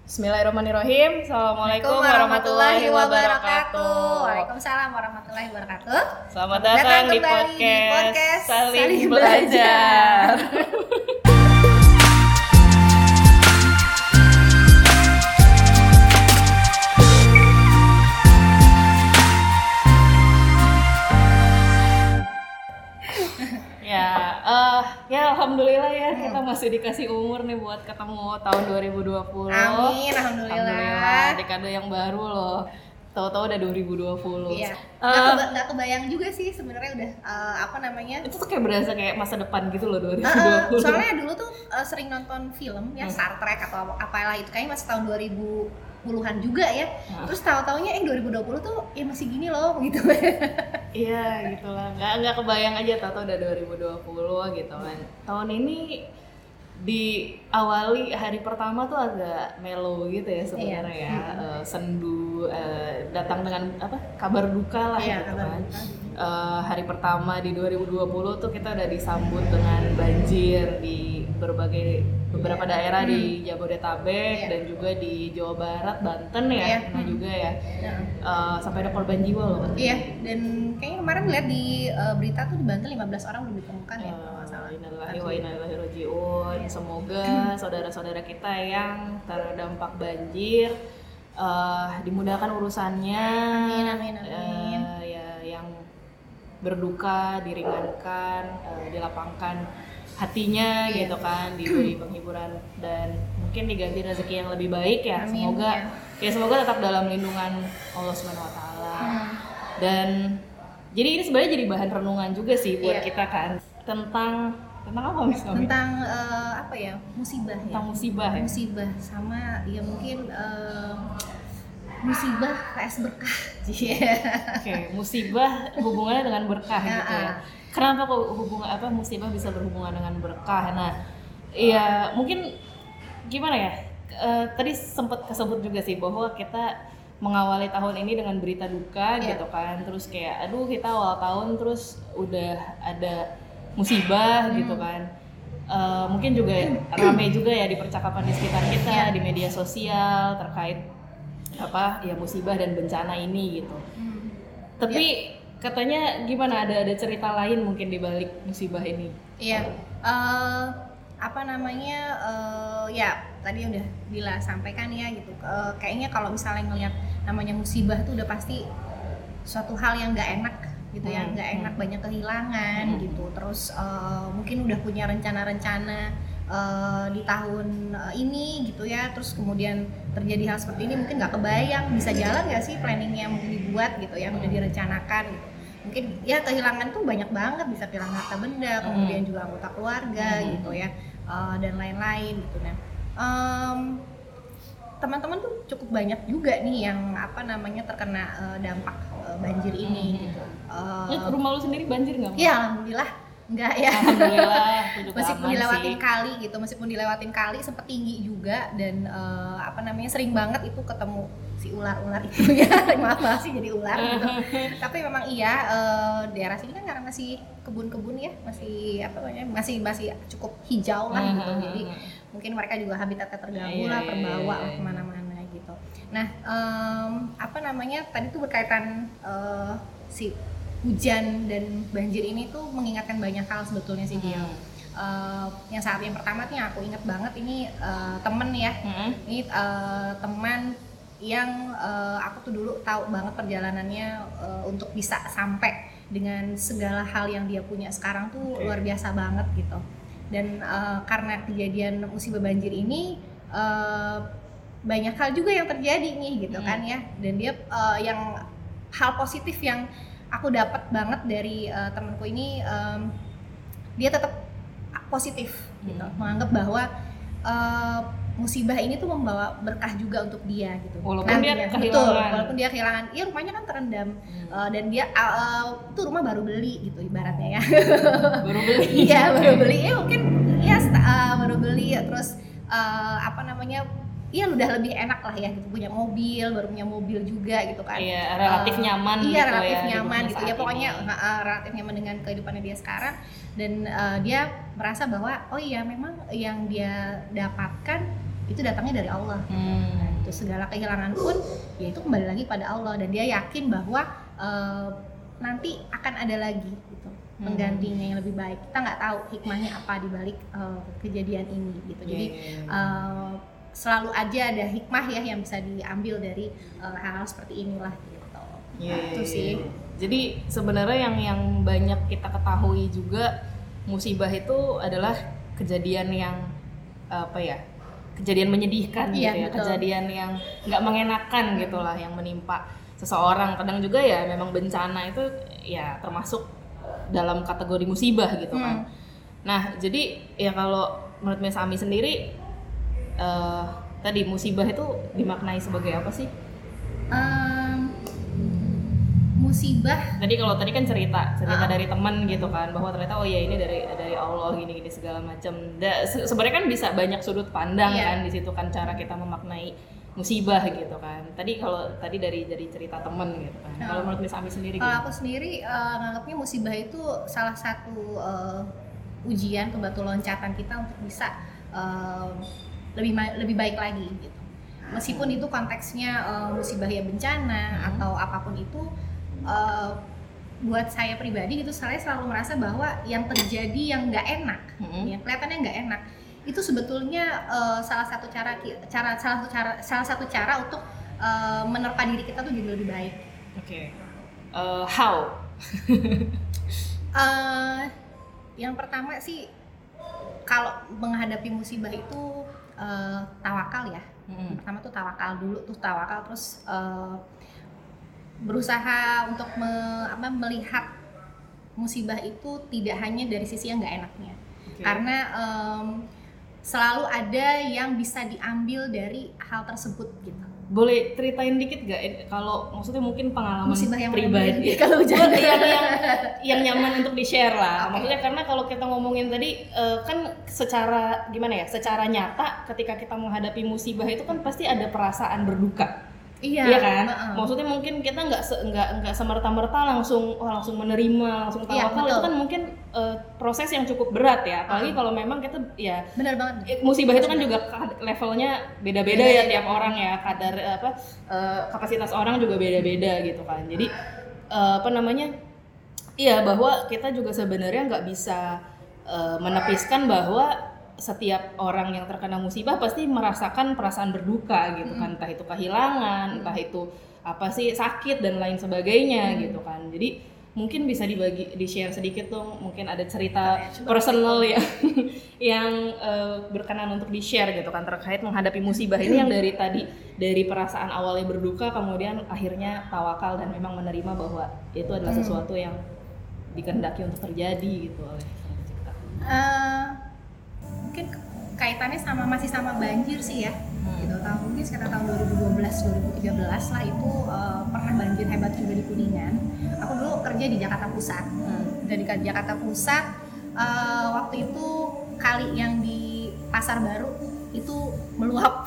Bismillahirrahmanirrahim. Assalamualaikum warahmatullahi wabarakatuh. Waalaikumsalam warahmatullahi wabarakatuh. Selamat datang di podcast Saling Belajar. Ya alhamdulillah ya kita masih dikasih umur nih buat ketemu tahun 2020. Amin, alhamdulillah. Dekade yang baru loh. Tahu-tahu udah 2020. Iya. Nggak kebayang juga sih sebenarnya udah Itu tuh kayak berasa kayak masa depan gitu loh 2020. Soalnya dulu tuh sering nonton film ya Star Trek atau apalah itu kayaknya masih tahun 2010-an juga ya. Terus tahu-taunya 2020 tuh ya masih gini loh gitu. Iya gitu lah. Nggak kebayang aja tahu-tahu udah 2020 gitu kan. Tahun ini diawali hari pertama tuh agak mellow gitu ya sebenarnya ya, sendu, datang dengan kabar duka lah gitu kan. Hari pertama di 2020 tuh kita udah disambut dengan banjir di beberapa daerah di Jabodetabek dan juga di Jawa Barat, Banten ya, nah juga ya, sampai ada korban jiwa loh. Iya, dan kayaknya kemarin lihat di berita tuh di Banten 15 orang belum ditemukan ya kalau nggak salah. Innalillahi wa inna ilaihi raji'un. Semoga saudara-saudara kita yang terdampak banjir dimudahkan urusannya. Amin. Yang berduka diringankan, dilapangkan hatinya gitu kan, diberi penghiburan dan mungkin diganti rezeki yang lebih baik ya. Amin, semoga tetap dalam lindungan Allah Subhanahu wa taala. Dan jadi ini sebenarnya jadi bahan renungan juga sih buat kita kan tentang apa misalnya? Tentang musibah ya. Tentang musibah ya. Musibah sama ya mungkin musibah vs berkah. Oke, musibah hubungannya dengan berkah gitu ya. Kenapa kok musibah bisa berhubungan dengan berkah? Nah, iya mungkin gimana ya? Tadi sempat kesebut juga sih bahwa kita mengawali tahun ini dengan berita duka gitu kan. Terus kayak kita awal tahun terus udah ada musibah gitu kan. Mungkin juga ramai juga ya di percakapan di sekitar kita, di media sosial terkait musibah dan bencana ini gitu. Tapi katanya gimana, ada cerita lain mungkin di balik musibah ini? Iya. Tadi udah Bila sampaikan ya gitu. Kayaknya kalau misalnya ngelihat namanya musibah tuh udah pasti suatu hal yang nggak enak gitu ya, nggak enak, banyak kehilangan gitu. Terus mungkin udah punya rencana-rencana di tahun ini gitu ya, terus kemudian terjadi hal seperti ini, mungkin nggak kebayang bisa jalan nggak sih planningnya mungkin dibuat gitu ya, udah direncanakan gitu. Mungkin ya kehilangan tuh banyak banget, bisa kehilangan harta benda, kemudian juga anggota keluarga gitu ya, dan lain-lain gitu. Nah teman-teman tuh cukup banyak juga nih yang terkena dampak banjir ini gitu. Rumah lu sendiri banjir nggak? Iya, alhamdulillah enggak ya. Alhamdulillah. Meskipun dilewatin kali sempat tinggi juga dan sering banget itu ketemu si ular-ular itu ya. Maaf banget sih jadi ular gitu. Tapi memang daerah sini kan karena masih kebun-kebun ya, masih cukup hijau lah gitu. Jadi mungkin mereka juga habitatnya terganggu lah, terbawa lah kemana-mana gitu. Nah, tadi tuh berkaitan si hujan dan banjir ini tuh mengingatkan banyak hal sebetulnya sih dia. Yang saat yang pertama nih aku ingat banget ini temen ya. Ini teman yang aku tuh dulu tahu banget perjalanannya untuk bisa sampai dengan segala hal yang dia punya sekarang tuh luar biasa banget gitu. Dan karena kejadian musibah banjir ini banyak hal juga yang terjadi nih gitu kan ya. Dan dia yang hal positif yang aku dapat banget dari temanku ini, dia tetap positif gitu, menganggap bahwa musibah ini tuh membawa berkah juga untuk dia gitu. Walaupun dia kehilangan, ya rumahnya kan terendam, dan dia tuh rumah baru beli gitu ibaratnya ya. Baru beli. Iya baru beli, mungkin ya baru beli terus iya udah lebih enak lah ya gitu, punya mobil, baru punya mobil juga gitu kan. Iya, relatif nyaman gitu. Iya, relatif nyaman gitu ya, pokoknya relatif nyaman dengan kehidupannya dia sekarang. Dan dia merasa bahwa oh iya memang yang dia dapatkan itu datangnya dari Allah. Nah, itu segala kehilangan pun ya itu kembali lagi pada Allah, dan dia yakin bahwa nanti akan ada lagi gitu penggantinya yang lebih baik. Kita nggak tahu hikmahnya apa di balik kejadian ini gitu. Jadi selalu aja ada hikmah ya yang bisa diambil dari hal-hal seperti inilah gitu. Itu sih. Jadi sebenarnya yang banyak kita ketahui juga, musibah itu adalah kejadian yang kejadian menyedihkan gitu ya, betul. Kejadian yang nggak mengenakan gitulah yang menimpa seseorang. Kadang juga ya memang bencana itu ya termasuk dalam kategori musibah gitu kan. Nah jadi ya kalau menurut Miss Ami sendiri tadi musibah itu dimaknai sebagai apa sih? Musibah. Jadi kalau tadi kan cerita dari teman gitu kan, bahwa ternyata oh ya ini dari Allah gini segala macam. Sebenarnya kan bisa banyak sudut pandang kan di situ kan cara kita memaknai musibah gitu kan. Tadi dari cerita teman gitu kan. Kalau menurut Miss Ami sendiri? Kalau aku sendiri nganggapnya musibah itu salah satu ujian atau batu loncatan kita untuk bisa lebih baik lagi gitu. Meskipun itu konteksnya musibah ya bencana atau apapun itu, buat saya pribadi gitu, saya selalu merasa bahwa yang terjadi yang nggak enak, yang kelihatannya nggak enak, itu sebetulnya salah satu cara untuk menerpa diri kita tuh jadi lebih baik. How? Yang pertama sih kalau menghadapi musibah itu tawakal ya. Pertama tuh tawakal dulu, terus berusaha untuk melihat musibah itu tidak hanya dari sisi yang nggak enaknya, karena selalu ada yang bisa diambil dari hal tersebut gitu. Boleh ceritain dikit gak kalau maksudnya mungkin pengalaman musibah yang pribadi kalau yang nyaman untuk di-share lah. Maksudnya karena kalau kita ngomongin tadi kan secara nyata ketika kita menghadapi musibah itu kan pasti ada perasaan berduka. Iya kan? Maksudnya mungkin kita nggak semerta-merta langsung menerima, langsung tawakal. Itu kan mungkin proses yang cukup berat ya. Apalagi kalau memang kita ya benar banget. Musibah itu kan juga levelnya beda-beda ya tiap orang ya. Kadar kapasitas orang juga beda-beda gitu kan. Jadi iya bahwa kita juga sebenarnya nggak bisa menepiskan bahwa setiap orang yang terkena musibah pasti merasakan perasaan berduka gitu kan, entah itu kehilangan, entah itu sakit dan lain sebagainya gitu kan. Jadi mungkin bisa di-share sedikit dong, mungkin ada cerita personal ya yang berkenan untuk di-share gitu kan terkait menghadapi musibah ini yang dari perasaan awalnya berduka kemudian akhirnya tawakal dan memang menerima bahwa itu adalah sesuatu yang dikehendaki untuk terjadi gitu oleh Sang Pencipta. Mungkin kaitannya masih sama banjir sih ya, gitu. Mungkin sekitar tahun 2012-2013 lah itu pernah banjir hebat juga di Kuningan. Aku dulu kerja di Jakarta Pusat. Dari Jakarta Pusat waktu itu kali yang di Pasar Baru itu meluap,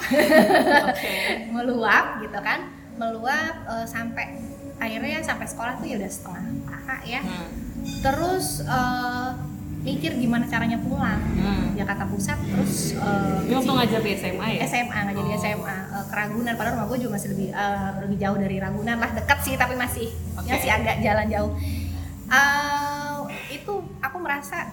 meluap gitu kan, sampai akhirnya sampai sekolah tuh ya udah setengah paha ya. Terus mikir gimana caranya pulang Jakarta Pusat, terus waktu ngajar di SMA ya? ngajar di SMA ke Ragunan, padahal rumah gue juga masih lebih jauh dari Ragunan lah, dekat sih tapi masih agak jalan jauh. Itu aku merasa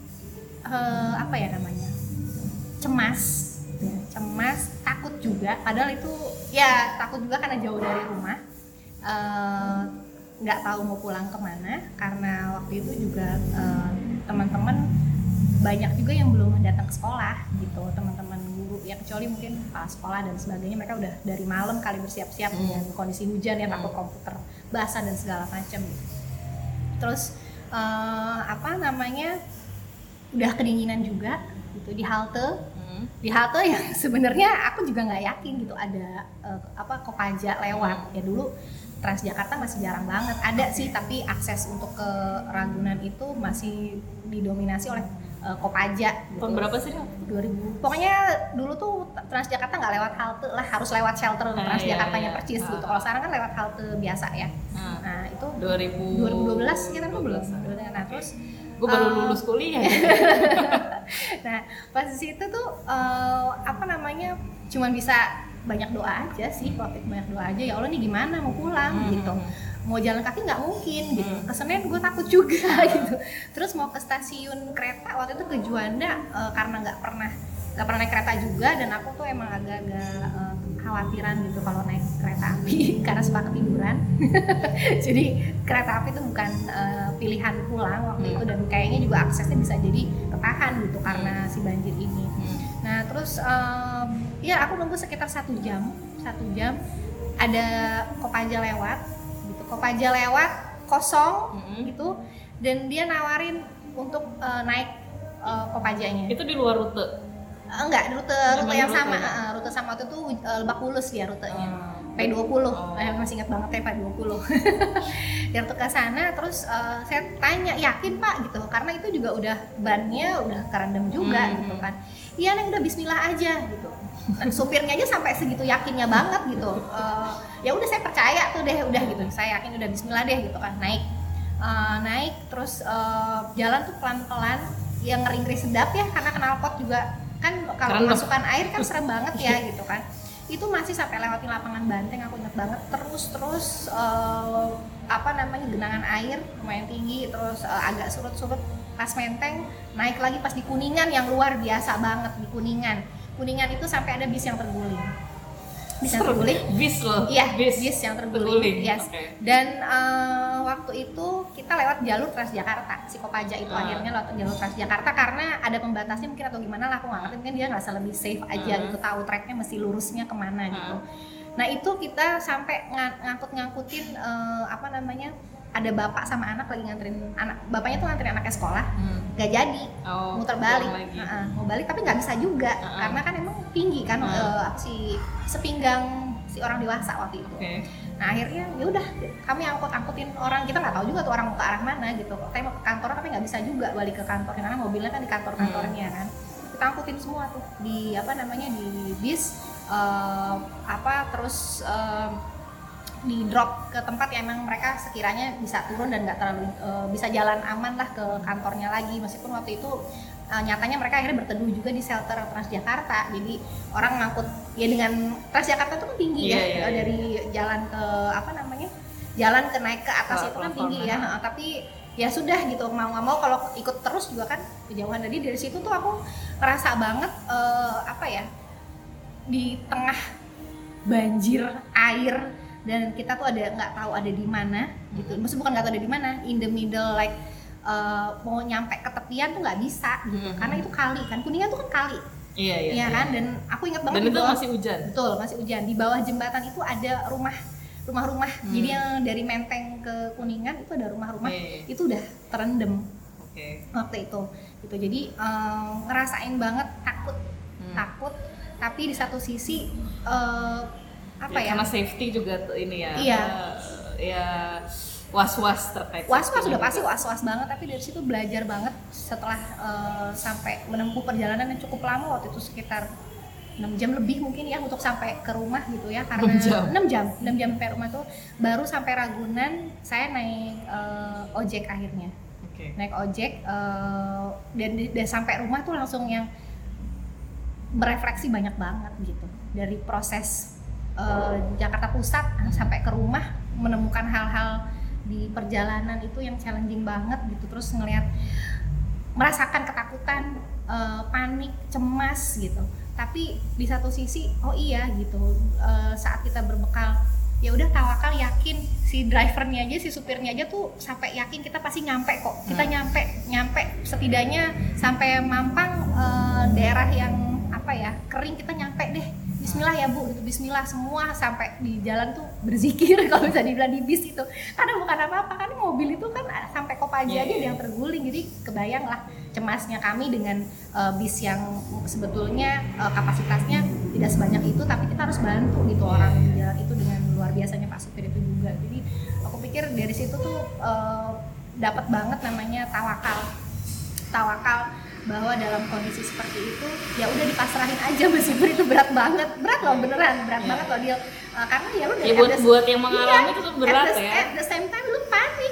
cemas, takut juga, padahal itu ya takut juga karena jauh dari rumah, nggak tahu mau pulang kemana karena waktu itu juga teman-teman banyak juga yang belum datang ke sekolah gitu, teman-teman guru ya, kecuali mungkin kepala sekolah dan sebagainya, mereka udah dari malam kali bersiap-siap dengan kondisi hujan ya, takut komputer basah dan segala macam gitu. Terus udah kedinginan juga gitu di halte yang sebenarnya aku juga nggak yakin gitu ada Kopaja lewat ya. Dulu Transjakarta masih jarang banget ada sih, tapi akses untuk ke Ragunan itu masih didominasi oleh Kopaja gitu. Tahun berapa sih? 2000. Pokoknya dulu tuh Transjakarta nggak lewat halte lah, harus lewat shelter Transjakartanya Percis gitu. Kalau sekarang kan lewat halte biasa ya. Nah itu 2012 kita kan belum. Nah terus gue baru lulus kuliah. Nah pas di situ tuh cuman bisa banyak doa aja sih, waktu itu banyak doa aja, ya Allah nih gimana mau pulang gitu, mau jalan kaki nggak mungkin gitu, ke Senen gue takut juga gitu, terus mau ke stasiun kereta waktu itu ke Juanda karena nggak pernah naik kereta juga, dan aku tuh emang agak-agak khawatiran gitu kalau naik kereta api karena suka ketiduran. Jadi kereta api itu bukan pilihan pulang waktu itu, dan kayaknya juga aksesnya bisa jadi ketahan gitu karena si banjir ini. Nah terus ya aku nunggu sekitar 1 jam ada Kopaja lewat gitu, Kopaja lewat kosong gitu, dan dia nawarin untuk naik Kopajanya. Itu di luar rute? Enggak, rute yang sama, rute sama waktu itu Lebak Bulus ya rutenya. P20, masih ingat banget ya P20. Dia rute ke sana, terus saya tanya, yakin Pak gitu, karena itu juga udah bannya udah kerendam juga gitu kan. Iya Neng, udah bismillah aja gitu. Supirnya aja sampai segitu yakinnya banget gitu. Ya udah saya percaya tuh deh, udah gitu. Saya yakin udah bismillah deh gitu kan, naik terus jalan tuh pelan-pelan, yang ngeri-ngeri sedap ya karena knalpot juga kan kalau masukkan air kan serem banget ya gitu kan. Itu masih sampai lewatin lapangan Banteng, aku ingat banget, terus genangan air lumayan tinggi, terus agak surut-surut pas Menteng, naik lagi pas di Kuningan yang luar biasa banget. Di Kuningan itu sampai ada bis yang terguling. Bis loh? Iya, bis yang terguling. Yes. Okay. Dan waktu itu kita lewat jalur Transjakarta, si Kopaja itu akhirnya lewat jalur Transjakarta karena ada pembatasnya mungkin atau gimana lah, aku nggak ngerti, mungkin dia ngerasa lebih safe aja gitu, tahu tracknya mesti lurusnya kemana gitu. Nah itu kita sampai ngangkutin ada bapak sama anak lagi nganterin anak, bapaknya tuh nganterin anaknya sekolah, nggak jadi, muter balik, mau balik tapi nggak bisa juga karena kan emang tinggi kan si sepinggang si orang dewasa waktu itu. Nah akhirnya ya udah kami angkutin orang, kita nggak tahu juga tuh orang mau ke arah mana gitu, katanya mau ke kantor tapi nggak bisa juga balik ke kantor karena mobilnya kan di kantornya kan. Kita angkutin semua tuh di di bis, terus di drop ke tempat yang emang mereka sekiranya bisa turun dan nggak terlalu bisa jalan aman lah ke kantornya lagi, meskipun waktu itu nyatanya mereka akhirnya berteduh juga di shelter Transjakarta. Jadi orang ngangkut ya dengan Transjakarta itu kan tinggi dari jalan ke jalan ke naik ke atas itu kan tinggi ya, tapi ya sudah gitu, mau nggak mau kalau ikut terus juga kan kejauhan. Jadi dari situ tuh aku ngerasa banget di tengah banjir air, dan kita tuh nggak tahu ada di mana gitu, maksudnya bukan nggak tahu ada di mana, in the middle mau nyampe ke tepian tuh nggak bisa gitu, karena itu kali kan, Kuningan tuh kan kali, iya kan, dan aku ingat banget dan itu masih hujan, betul masih hujan, di bawah jembatan itu ada rumah, jadi yang dari Menteng ke Kuningan itu ada rumah-rumah itu udah terendam waktu itu gitu. Jadi ngerasain banget takut, tapi di satu sisi karena safety juga ini ya was-was terkait sudah pasti was-was banget, tapi dari situ belajar banget setelah sampai menempuh perjalanan yang cukup lama waktu itu, sekitar 6 jam lebih mungkin ya untuk sampai ke rumah gitu ya, karena 6 jam sampai rumah tuh, baru sampai Ragunan saya naik ojek akhirnya. Naik ojek dan sampai rumah tuh langsung yang berefleksi banyak banget gitu, dari proses Jakarta Pusat sampai ke rumah, menemukan hal-hal di perjalanan itu yang challenging banget gitu, terus merasakan ketakutan, panik, cemas gitu. Tapi di satu sisi gitu, saat kita berbekal ya udah tawakal, yakin, si drivernya aja, si supirnya aja tuh sampai yakin kita pasti nyampe kok, kita nyampe setidaknya sampai Mampang, daerah yang kering, kita nyampe deh, bismillah ya Bu gitu, bismillah, semua sampai di jalan tuh berzikir kalau bisa dibilang di bis itu, karena bukan apa-apa kan, mobil itu kan sampai Kopaja aja yang terguling. Jadi kebayang lah cemasnya kami dengan bis yang sebetulnya kapasitasnya tidak sebanyak itu, tapi kita harus bantu gitu orang di jalan itu, dengan luar biasanya Pak supir itu juga. Jadi aku pikir dari situ tuh dapat banget namanya tawakal, bahwa dalam kondisi seperti itu ya udah dipasrahin aja, meskipun itu berat banget loh, beneran berat banget loh dia, karena ya lu buat yang mengalami itu tuh berat at the same time lu panik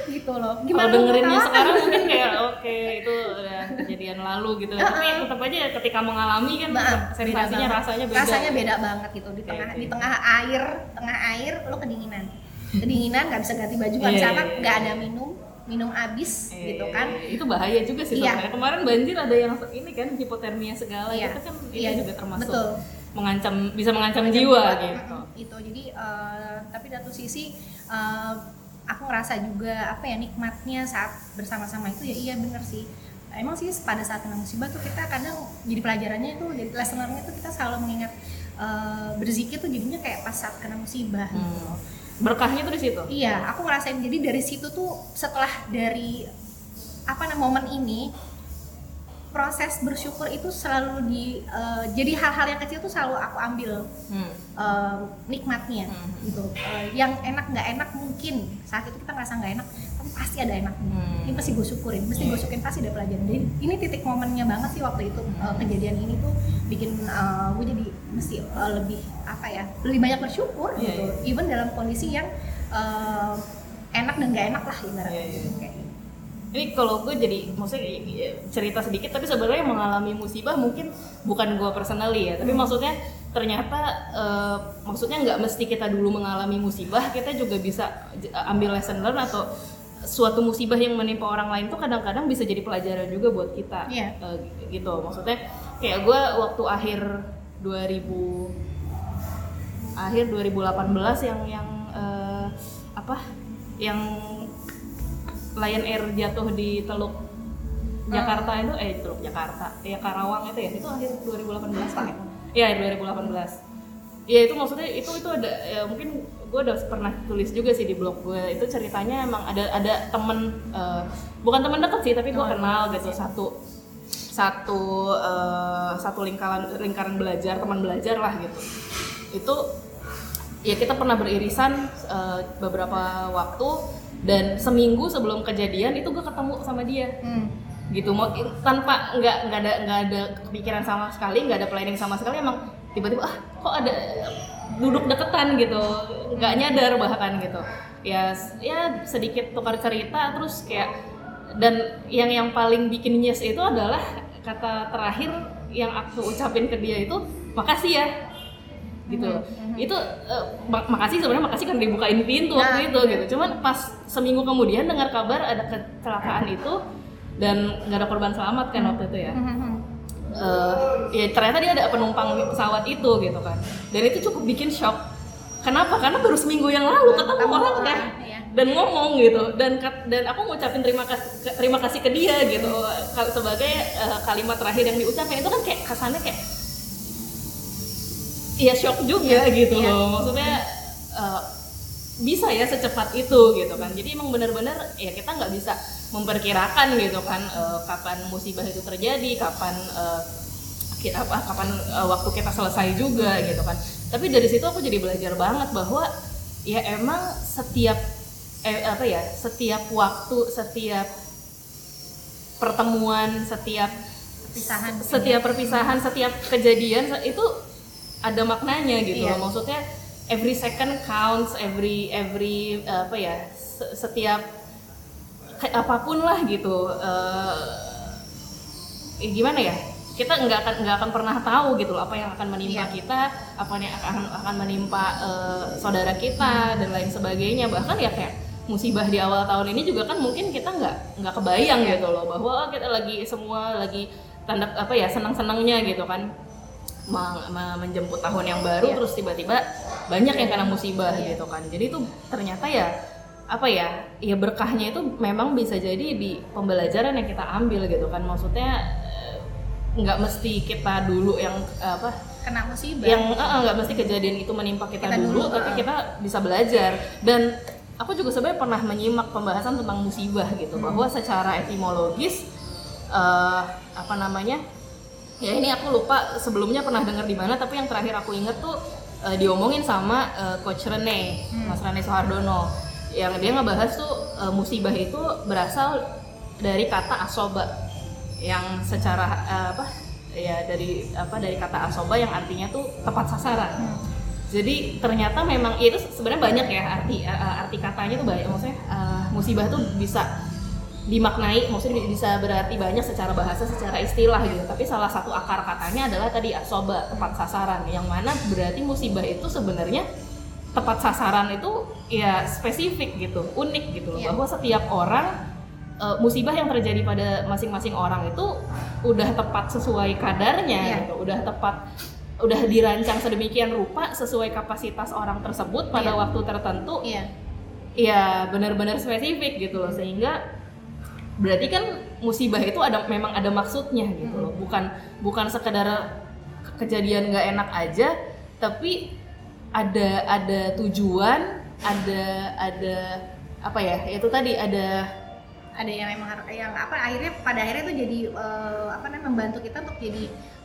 gitu loh. Kalau dengerinnya sekarang mungkin kayak oke, itu udah kejadian lalu gitu. Tapi tetap aja ketika mengalami kan sensasinya rasanya beda. Rasanya beda banget gitu di tengah air lo kedinginan nggak bisa ganti baju, nggak bisa apa, nggak ada minum habis gitu kan. Itu bahaya juga sih sebenarnya. Kemarin banjir ada yang ini kan hipotermia segala itu kan itu juga termasuk bisa mengancam jiwa gitu. Itu jadi tapi di satu sisi aku ngerasa juga apa ya, nikmatnya saat bersama-sama itu ya. Iya bener sih, emang sih pada saat kena musibah tuh kita kadang jadi pelajarannya itu, jadi lesson learn-nya tuh kita selalu mengingat berzikir tuh jadinya kayak pas saat kena musibah gitu. Berkahnya tuh di situ. Iya, aku ngerasain. Jadi dari situ tuh setelah dari momen ini, proses bersyukur itu selalu jadi hal-hal yang kecil tuh selalu aku ambil nikmatnya gitu. Yang enak nggak enak mungkin saat itu kita ngerasa nggak enak, tapi pasti ada enaknya. Ini pasti gue syukurin, pasti ada pelajaran. Jadi ini titik momennya banget sih waktu itu. Kejadian ini tuh bikin gue jadi mesti lebih banyak bersyukur gitu. Even dalam kondisi yang enak dan nggak enak lah ibaratnya. Ini kalau gue jadi maksudnya cerita sedikit, tapi sebenarnya mengalami musibah mungkin bukan gue personally ya, tapi maksudnya ternyata maksudnya nggak mesti kita dulu mengalami musibah, kita juga bisa ambil lesson learn atau suatu musibah yang menimpa orang lain tuh kadang-kadang bisa jadi pelajaran juga buat kita. Gitu maksudnya kayak gue waktu akhir 2018 yang Lion Air jatuh di Teluk Jakarta itu Teluk Jakarta ya, Karawang itu akhir 2018 kan ya? 2018 ya. Itu maksudnya itu ada ya, mungkin gue udah pernah tulis juga sih di blog gue. Itu ceritanya emang ada temen bukan temen deket sih, tapi gue kenal gitu, satu lingkaran belajar, teman belajar lah gitu. Itu ya kita pernah beririsan beberapa waktu, dan seminggu sebelum kejadian itu gue ketemu sama dia gitu, mau tanpa nggak ada kepikiran sama sekali, nggak ada planning sama sekali, emang tiba-tiba kok ada duduk deketan gitu, nggak nyadar bahkan gitu ya sedikit tukar cerita terus kayak. Dan yang paling bikin nyes itu adalah kata terakhir yang aku ucapin ke dia itu, makasih ya gitu. Itu makasih karena dibukain pintu waktu itu gitu. Cuman pas seminggu kemudian dengar kabar ada kecelakaan itu dan nggak ada korban selamat kan waktu itu ya. Ya ternyata dia ada penumpang pesawat itu gitu kan. Dan itu cukup bikin shock. Kenapa? Karena baru seminggu yang lalu ketemu orangnya dan ngomong gitu, dan aku ngucapin terima kasih ke dia gitu sebagai kalimat terakhir yang diucapin. Itu kan kayak kesannya kayak ya shock juga gitu loh, maksudnya bisa ya secepat itu gitu kan. Jadi emang benar-benar ya kita nggak bisa memperkirakan gitu kan kapan musibah itu terjadi, kapan waktu kita selesai juga gitu kan. Tapi dari situ aku jadi belajar banget bahwa ya emang setiap waktu, setiap pertemuan, setiap perpisahan, setiap kejadian itu ada maknanya gitu loh. Maksudnya every second counts, every setiap apapun lah gitu. Gimana ya? Kita nggak akan pernah tahu gitu loh apa yang akan menimpa kita, apa yang akan menimpa saudara kita dan lain sebagainya. Bahkan ya kayak musibah di awal tahun ini juga kan mungkin kita nggak kebayang gitu loh bahwa kita semua lagi senang-senangnya gitu kan menjemput tahun yang baru, terus tiba-tiba banyak yang kena musibah gitu kan. Jadi itu ternyata ya berkahnya itu memang bisa jadi di pembelajaran yang kita ambil gitu kan. Maksudnya nggak mesti kita dulu yang kena musibah, yang nggak mesti kejadian itu menimpa kita dulu, tapi kita bisa belajar. Dan aku juga sebenarnya pernah menyimak pembahasan tentang musibah gitu, bahwa secara etimologis ya ini aku lupa sebelumnya pernah dengar di mana, tapi yang terakhir aku inget tuh diomongin sama Coach Rene, Mas Rene Soehardono, yang dia ngebahas tuh musibah itu berasal dari kata asoba, yang secara dari kata asoba yang artinya tuh tepat sasaran. Jadi ternyata memang itu sebenarnya banyak ya arti katanya tuh banyak, maksudnya musibah tuh bisa dimaknai, maksudnya bisa berarti banyak secara bahasa, secara istilah gitu. Tapi salah satu akar katanya adalah tadi asoba, tepat sasaran, yang mana berarti musibah itu sebenarnya tepat sasaran itu ya spesifik gitu, unik gitu loh, bahwa setiap orang musibah yang terjadi pada masing-masing orang itu udah tepat sesuai kadarnya gitu, udah dirancang sedemikian rupa sesuai kapasitas orang tersebut pada waktu tertentu. Ya benar-benar spesifik gitu loh, sehingga berarti kan musibah itu memang ada maksudnya gitu loh, bukan sekedar kejadian nggak enak aja, tapi ada tujuan, ada apa ya, itu tadi ada yang memang yang akhirnya pada akhirnya itu jadi membantu kita untuk jadi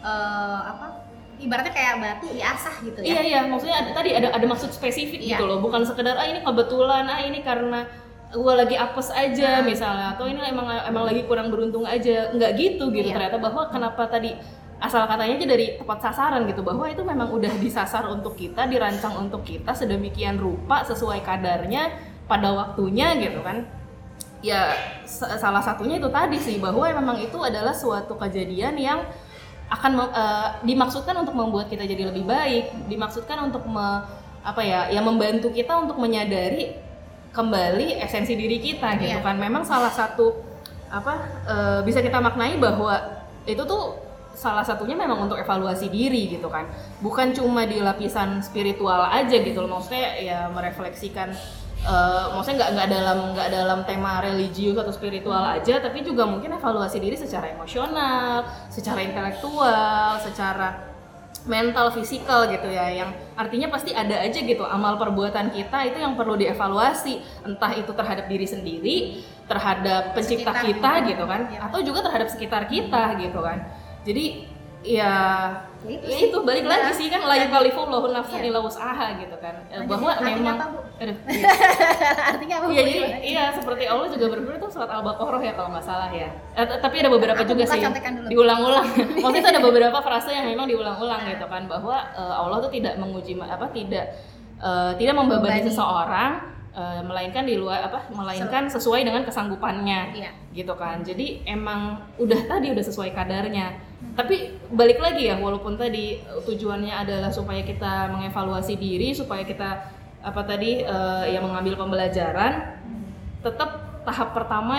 ibaratnya kayak batu diasah gitu ya. Iya, maksudnya tadi ada maksud spesifik gitu loh, bukan sekedar ini kebetulan, ini karena gue lagi apes aja misalnya, atau ini emang lagi kurang beruntung aja, nggak gitu. Ternyata bahwa kenapa tadi asal katanya aja dari tepat sasaran gitu, bahwa itu memang udah disasar untuk kita, dirancang untuk kita sedemikian rupa sesuai kadarnya pada waktunya gitu kan. Ya salah satunya itu tadi sih, bahwa memang itu adalah suatu kejadian yang akan dimaksudkan untuk membuat kita jadi lebih baik, dimaksudkan untuk membantu kita untuk menyadari kembali esensi diri kita gitu kan. Memang salah satu bisa kita maknai bahwa itu tuh salah satunya memang untuk evaluasi diri gitu kan, bukan cuma di lapisan spiritual aja gitu loh, maksudnya ya merefleksikan maksudnya nggak dalam tema religius atau spiritual aja, tapi juga mungkin evaluasi diri secara emosional, secara intelektual, secara mental, fisikal gitu ya, yang artinya pasti ada aja gitu amal perbuatan kita itu yang perlu dievaluasi, entah itu terhadap diri sendiri, terhadap pencipta kita gitu kan, atau juga terhadap sekitar kita gitu kan. Jadi ya itu balik lagi sih kan, la yukallifullahu nafsan illa wus'aha gitu kan. Bahwa memang artinya apa? Iya, seperti Allah juga berfirman itu surat Al-Baqarah ya kalau nggak salah ya. Tapi ada beberapa juga sih diulang-ulang. Maksudnya itu ada beberapa frase yang memang diulang-ulang gitu kan, bahwa Allah tuh tidak menguji tidak membebani seseorang, melainkan sesuai dengan kesanggupannya gitu kan. Jadi emang udah sesuai kadarnya. Tapi balik lagi ya, walaupun tadi tujuannya adalah supaya kita mengevaluasi diri, supaya kita mengambil pembelajaran, tetap tahap pertama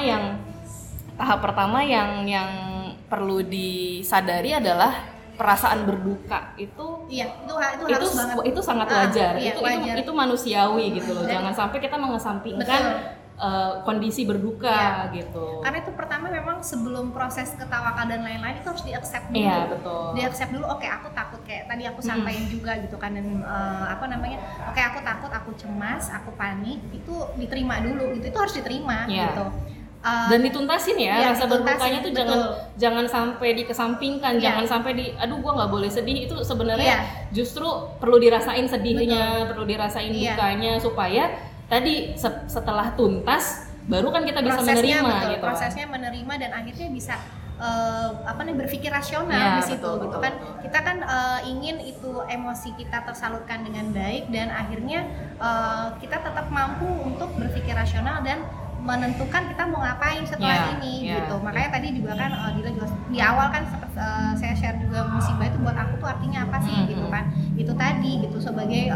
yang perlu disadari adalah perasaan berduka itu sangat wajar. Itu manusiawi gitu loh. Jangan sampai kita mengesampingkan kondisi berduka gitu. Karena itu pertama memang sebelum proses ketawakal dan lain-lain itu harus di-accept dulu. Iya, betul. Di-accept dulu, oke, aku takut, kayak tadi aku sampaikan juga gitu kan, dan oke, aku takut, aku cemas, aku panik, itu diterima dulu. Itu harus diterima gitu. Dan dituntasin ya, rasa berdukanya tuh jangan sampai dikesampingkan, jangan sampai aduh gua nggak boleh sedih. Itu sebenarnya justru perlu dirasain sedihnya, perlu dirasain dukanya, supaya tadi setelah tuntas baru kan kita bisa menerima gitu. Prosesnya menerima dan akhirnya bisa berpikir rasional di situ gitu kan. Kita kan ingin itu emosi kita tersalurkan dengan baik, dan akhirnya kita tetap mampu untuk berpikir rasional dan menentukan kita mau ngapain setelah ini gitu. Makanya tadi juga kan Dila juga di awal kan saya share juga, musibah itu buat aku tuh artinya apa sih gitu kan. Itu tadi gitu sebagai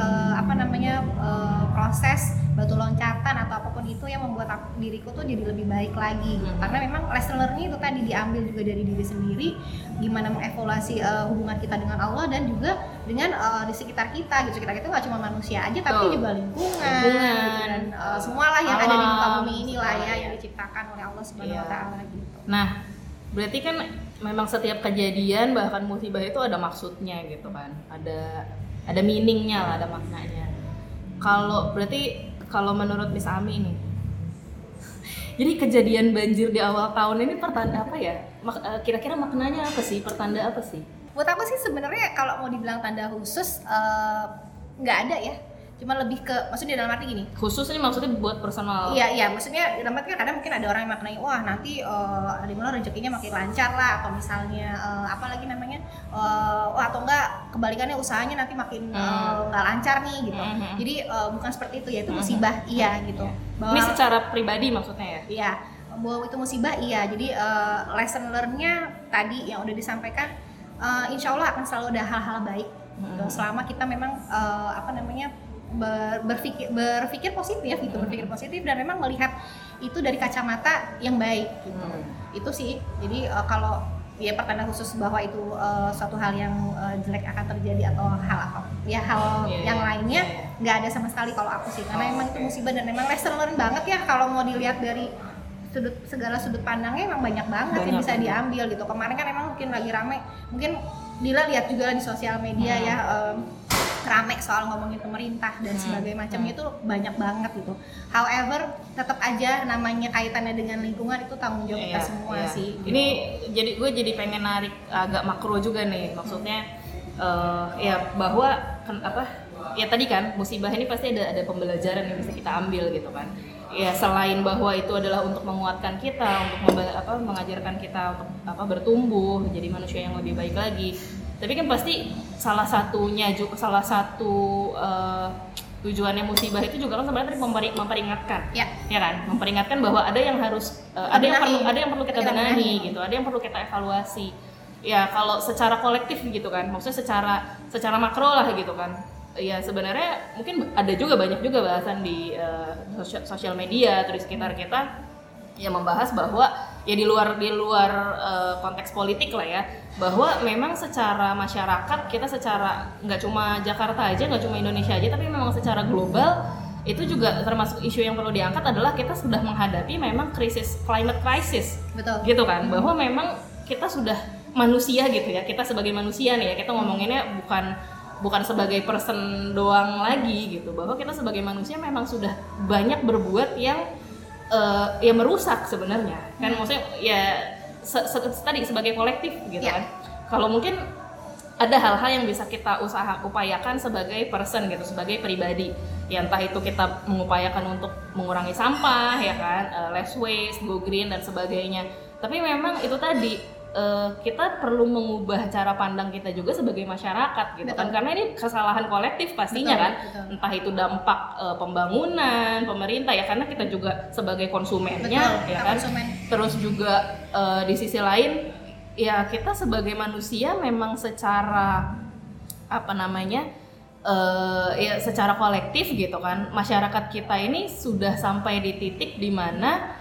proses batu loncatan atau apapun itu yang membuat diriku tuh jadi lebih baik lagi gitu. Karena memang lesson learning itu tadi diambil juga dari diri sendiri, gimana mengevaluasi hubungan kita dengan Allah dan juga dengan di sekitar kita gitu. Sekitar kita nggak cuma manusia aja, tapi juga lingkungan gitu, dan semualah yang ada di muka bumi inilah yang diciptakan oleh Allah Subhanahu wa taala gitu. Nah, berarti kan memang setiap kejadian bahkan musibah itu ada maksudnya gitu kan. Ada meaningnya lah, ada maknanya. Kalau menurut Miss Ami ini, jadi kejadian banjir di awal tahun ini pertanda apa ya? Kira-kira maknanya apa sih? Pertanda apa sih? Buat aku sih sebenarnya kalau mau dibilang tanda khusus nggak ada ya. cuma lebih ke maksudnya dalam arti gini. Khusus ini maksudnya buat personal. Iya, maksudnya dalam arti kadang mungkin ada orang yang maknai wah nanti di mana rezekinya makin lancar lah, atau misalnya apa lagi namanya atau enggak kebalikannya usahanya nanti makin nggak lancar nih gitu. Jadi bukan seperti itu ya, itu musibah iya gitu. Bahwa, ini secara pribadi maksudnya ya? Iya, bahwa itu musibah iya. Jadi lesson learn-nya tadi yang udah disampaikan, insya Allah akan selalu ada hal-hal baik gitu, selama kita memang berpikir positif gitu, berpikir positif dan memang melihat itu dari kacamata yang baik gitu. Itu sih. Jadi kalau ya pertanda khusus bahwa itu suatu hal yang jelek akan terjadi atau hal yang lainnya nggak ada sama sekali kalau aku sih, karena emang itu musibah dan memang lesson learn banget ya. Kalau mau dilihat dari segala sudut pandangnya emang banyak banget yang bisa diambil gitu. Kemarin kan emang mungkin lagi rame, mungkin Dila lihat juga di sosial media ya, rame soal ngomongin pemerintah dan sebagainya macamnya itu banyak banget gitu. However, tetap aja namanya kaitannya dengan lingkungan itu tanggung jawab kita semua sih. Ini jadi gue jadi pengen narik agak makro juga nih, maksudnya ya bahwa ya tadi kan musibah ini pasti ada pembelajaran yang bisa kita ambil gitu kan. Ya selain bahwa itu adalah untuk menguatkan kita, untuk mengajarkan kita untuk bertumbuh jadi manusia yang lebih baik lagi. Tapi kan pasti salah satu tujuannya musibah itu juga kan sebenarnya memperingatkan, ya kan, memperingatkan bahwa ada yang harus ada yang perlu kita benahi gitu, ada yang perlu kita evaluasi. Ya kalau secara kolektif gitu kan, maksudnya secara makro lah gitu kan. Ya sebenarnya mungkin ada juga banyak juga bahasan di sosial media atau di sekitar kita yang membahas bahwa ya di luar konteks politik lah ya, bahwa memang secara masyarakat kita secara nggak cuma Jakarta aja, nggak cuma Indonesia aja, tapi memang secara global itu juga termasuk isu yang perlu diangkat adalah kita sudah menghadapi memang climate crisis. Betul. Gitu kan, bahwa memang kita sudah manusia gitu ya, kita sebagai manusia nih ya, kita ngomonginnya bukan sebagai person doang lagi gitu, bahwa kita sebagai manusia memang sudah banyak berbuat yang merusak sebenarnya kan, maksudnya ya tadi sebagai kolektif gitu kan. Kalau mungkin ada hal-hal yang bisa kita upayakan sebagai person gitu, sebagai pribadi ya, entah itu kita mengupayakan untuk mengurangi sampah ya kan, less waste, go green dan sebagainya. Tapi memang itu tadi kita perlu mengubah cara pandang kita juga sebagai masyarakat gitu. Betul. Kan, karena ini kesalahan kolektif pastinya. Betul. Entah itu dampak pembangunan pemerintah ya, karena kita juga sebagai konsumennya. Betul, ya kan, konsumen. Terus juga di sisi lain ya kita sebagai manusia memang secara ya secara kolektif gitu kan, masyarakat kita ini sudah sampai di titik di mana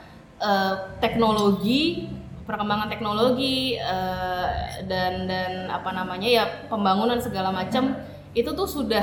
perkembangan teknologi dan ya pembangunan segala macam itu tuh sudah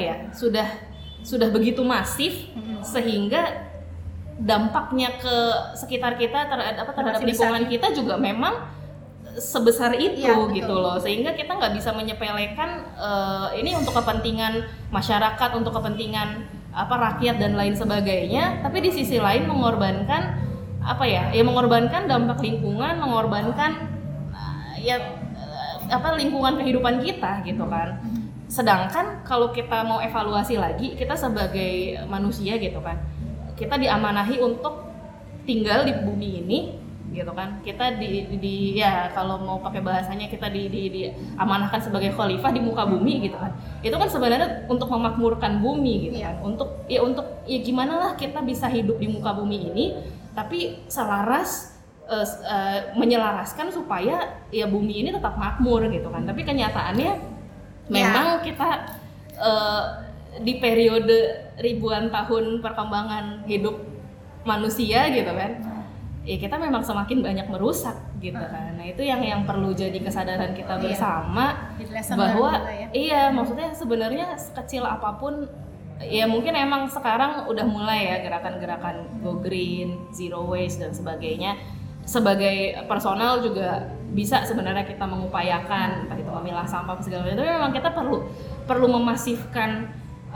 begitu masif sehingga dampaknya ke sekitar kita terhadap lingkungan kita juga memang sebesar itu gitu loh, sehingga kita nggak bisa menyepelekan ini untuk kepentingan masyarakat, untuk kepentingan rakyat dan lain sebagainya, tapi di sisi lain mengorbankan mengorbankan dampak lingkungan, mengorbankan lingkungan kehidupan kita gitu kan. Sedangkan kalau kita mau evaluasi lagi, kita sebagai manusia gitu kan, kita diamanahi untuk tinggal di bumi ini gitu kan. Kita kalau mau pakai bahasanya kita diamanahkan sebagai khalifah di muka bumi gitu kan. Itu kan sebenarnya untuk memakmurkan bumi gitu kan. Untuk gimana lah kita bisa hidup di muka bumi ini tapi selaras menyelaraskan supaya ya bumi ini tetap makmur gitu kan. Tapi kenyataannya memang kita di periode ribuan tahun perkembangan hidup manusia gitu kan, ya kita memang semakin banyak merusak gitu kan. Nah itu yang perlu jadi kesadaran kita bersama, bahwa maksudnya sebenarnya sekecil apapun ya, mungkin emang sekarang udah mulai ya gerakan-gerakan go green, zero waste dan sebagainya. Sebagai personal juga bisa sebenarnya kita mengupayakan entah itu memilah sampah segala macam. Tapi memang kita perlu memasifkan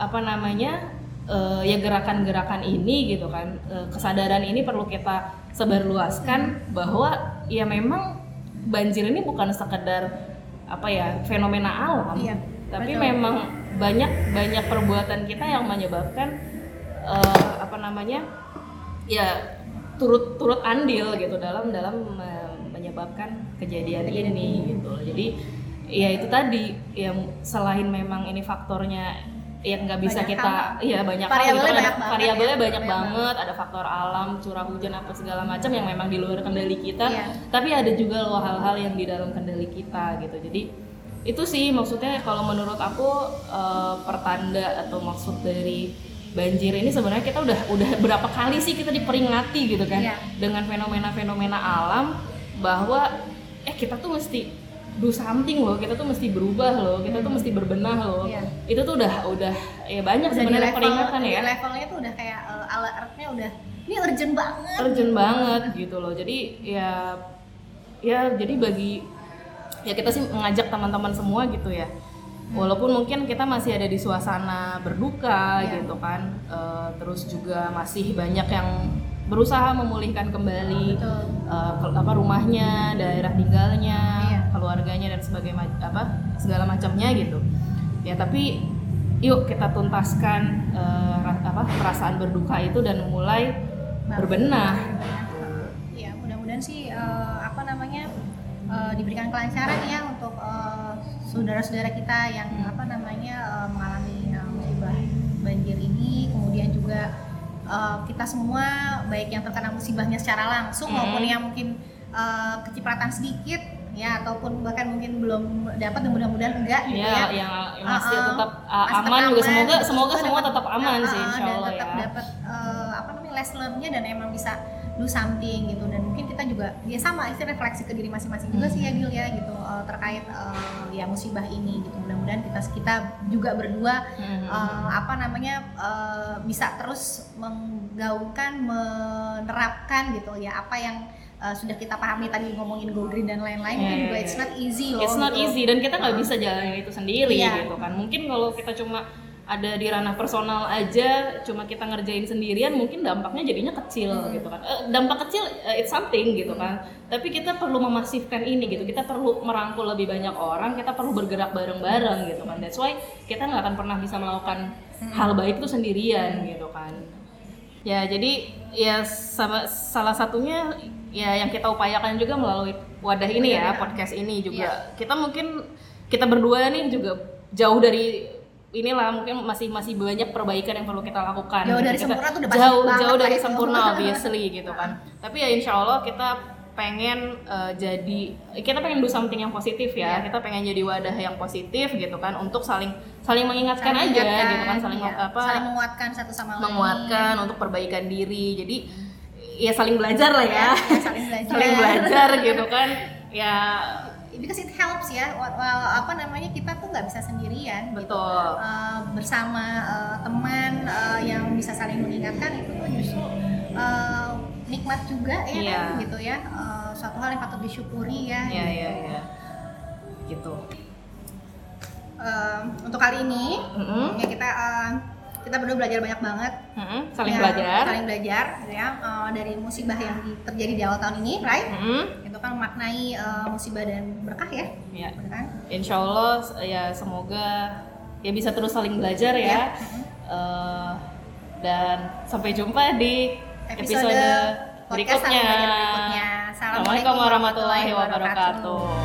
ya gerakan-gerakan ini gitu kan. Kesadaran ini perlu kita sebarluaskan bahwa ya memang banjir ini bukan sekedar fenomena alam, tapi betul. Memang banyak perbuatan kita yang menyebabkan ya turut andil gitu dalam menyebabkan kejadian ini gitu. Jadi ya itu tadi ya, selain memang ini faktornya yang nggak bisa banyak hal gitu, variabelnya banyak banget, ada faktor alam, curah hujan apa segala macam yang memang di luar kendali kita, tapi ada juga loh hal-hal yang di dalam kendali kita gitu. Jadi itu sih maksudnya kalau menurut aku pertanda atau maksud dari banjir ini sebenarnya kita udah berapa kali sih kita diperingati gitu kan dengan fenomena-fenomena alam bahwa kita tuh mesti do something loh, kita tuh mesti berubah loh, kita tuh mesti berbenah loh. Itu tuh udah ya banyak sebenarnya peringatan ya. Levelnya tuh udah kayak alertnya udah ini urgent banget gitu loh. Jadi ya jadi bagi ya kita sih mengajak teman-teman semua gitu ya. Walaupun mungkin kita masih ada di suasana berduka gitu kan, terus juga masih banyak yang berusaha memulihkan kembali rumahnya, daerah tinggalnya, keluarganya dan segala macamnya gitu. Ya tapi yuk kita tuntaskan perasaan berduka itu dan mulai berbenah. Ya mudah-mudahan sih diberikan kelancaran ya untuk saudara-saudara kita yang mengalami musibah banjir ini, kemudian juga kita semua baik yang terkena musibahnya secara langsung maupun yang mungkin kecipratan sedikit ya ataupun bahkan mungkin belum dapat dan mudah-mudahan enggak gitu ya. Yang masih tetap aman juga, semoga semua tetap aman sih insyaallah dan tetap dapat lesson learn-nya dan emang bisa do something gitu. Dan mungkin kita juga ya sama refleksi ke diri masing-masing juga sih ya Gil ya gitu terkait ya musibah ini gitu. Mudah-mudahan kita juga berdua bisa terus menggaungkan, menerapkan gitu ya apa yang sudah kita pahami tadi ngomongin Go Green dan lain-lain. Itu juga it's not easy loh. It's not gitu. easy dan kita nggak bisa jalanin itu sendiri gitu kan. Mungkin kalau kita cuma ada di ranah personal aja, cuma kita ngerjain sendirian mungkin dampaknya jadinya kecil gitu kan. Dampak kecil it's something gitu kan. Tapi kita perlu memasifkan ini gitu. Kita perlu merangkul lebih banyak orang, kita perlu bergerak bareng-bareng gitu kan. That's why kita nggak akan pernah bisa melakukan hal baik itu sendirian gitu kan. Ya jadi ya salah satunya ya yang kita upayakan juga melalui wadah ini ya, podcast ini juga. Kita berdua nih juga jauh dari inilah, mungkin masih banyak perbaikan yang perlu kita lakukan. Jauh dari sempurna tuh udah pasti jauh dari sempurna obviously gitu kan. Tapi ya insya Allah kita pengen kita pengen do something yang positif ya. Kita pengen jadi wadah yang positif gitu kan untuk saling mengingatkan aja gitu kan, saling menguatkan satu sama lain. Menguatkan untuk perbaikan diri. Jadi ya saling belajar lah ya. Saling belajar gitu kan. Ya because it helps ya, kita tuh nggak bisa sendirian. Betul. Gitu. Bersama teman yang bisa saling mengingatkan itu tuh justru nikmat juga ya kan gitu ya, suatu hal yang patut disyukuri ya. Iya. Gitu. Untuk kali ini ya kita berdua belajar banyak banget, saling belajar ya dari musibah yang terjadi di awal tahun ini, right? Itu kan memaknai musibah dan berkah ya. Kan? Insya Allah ya semoga ya bisa terus saling belajar ya. Dan sampai jumpa di episode berikutnya. Assalamualaikum warahmatullahi wabarakatuh.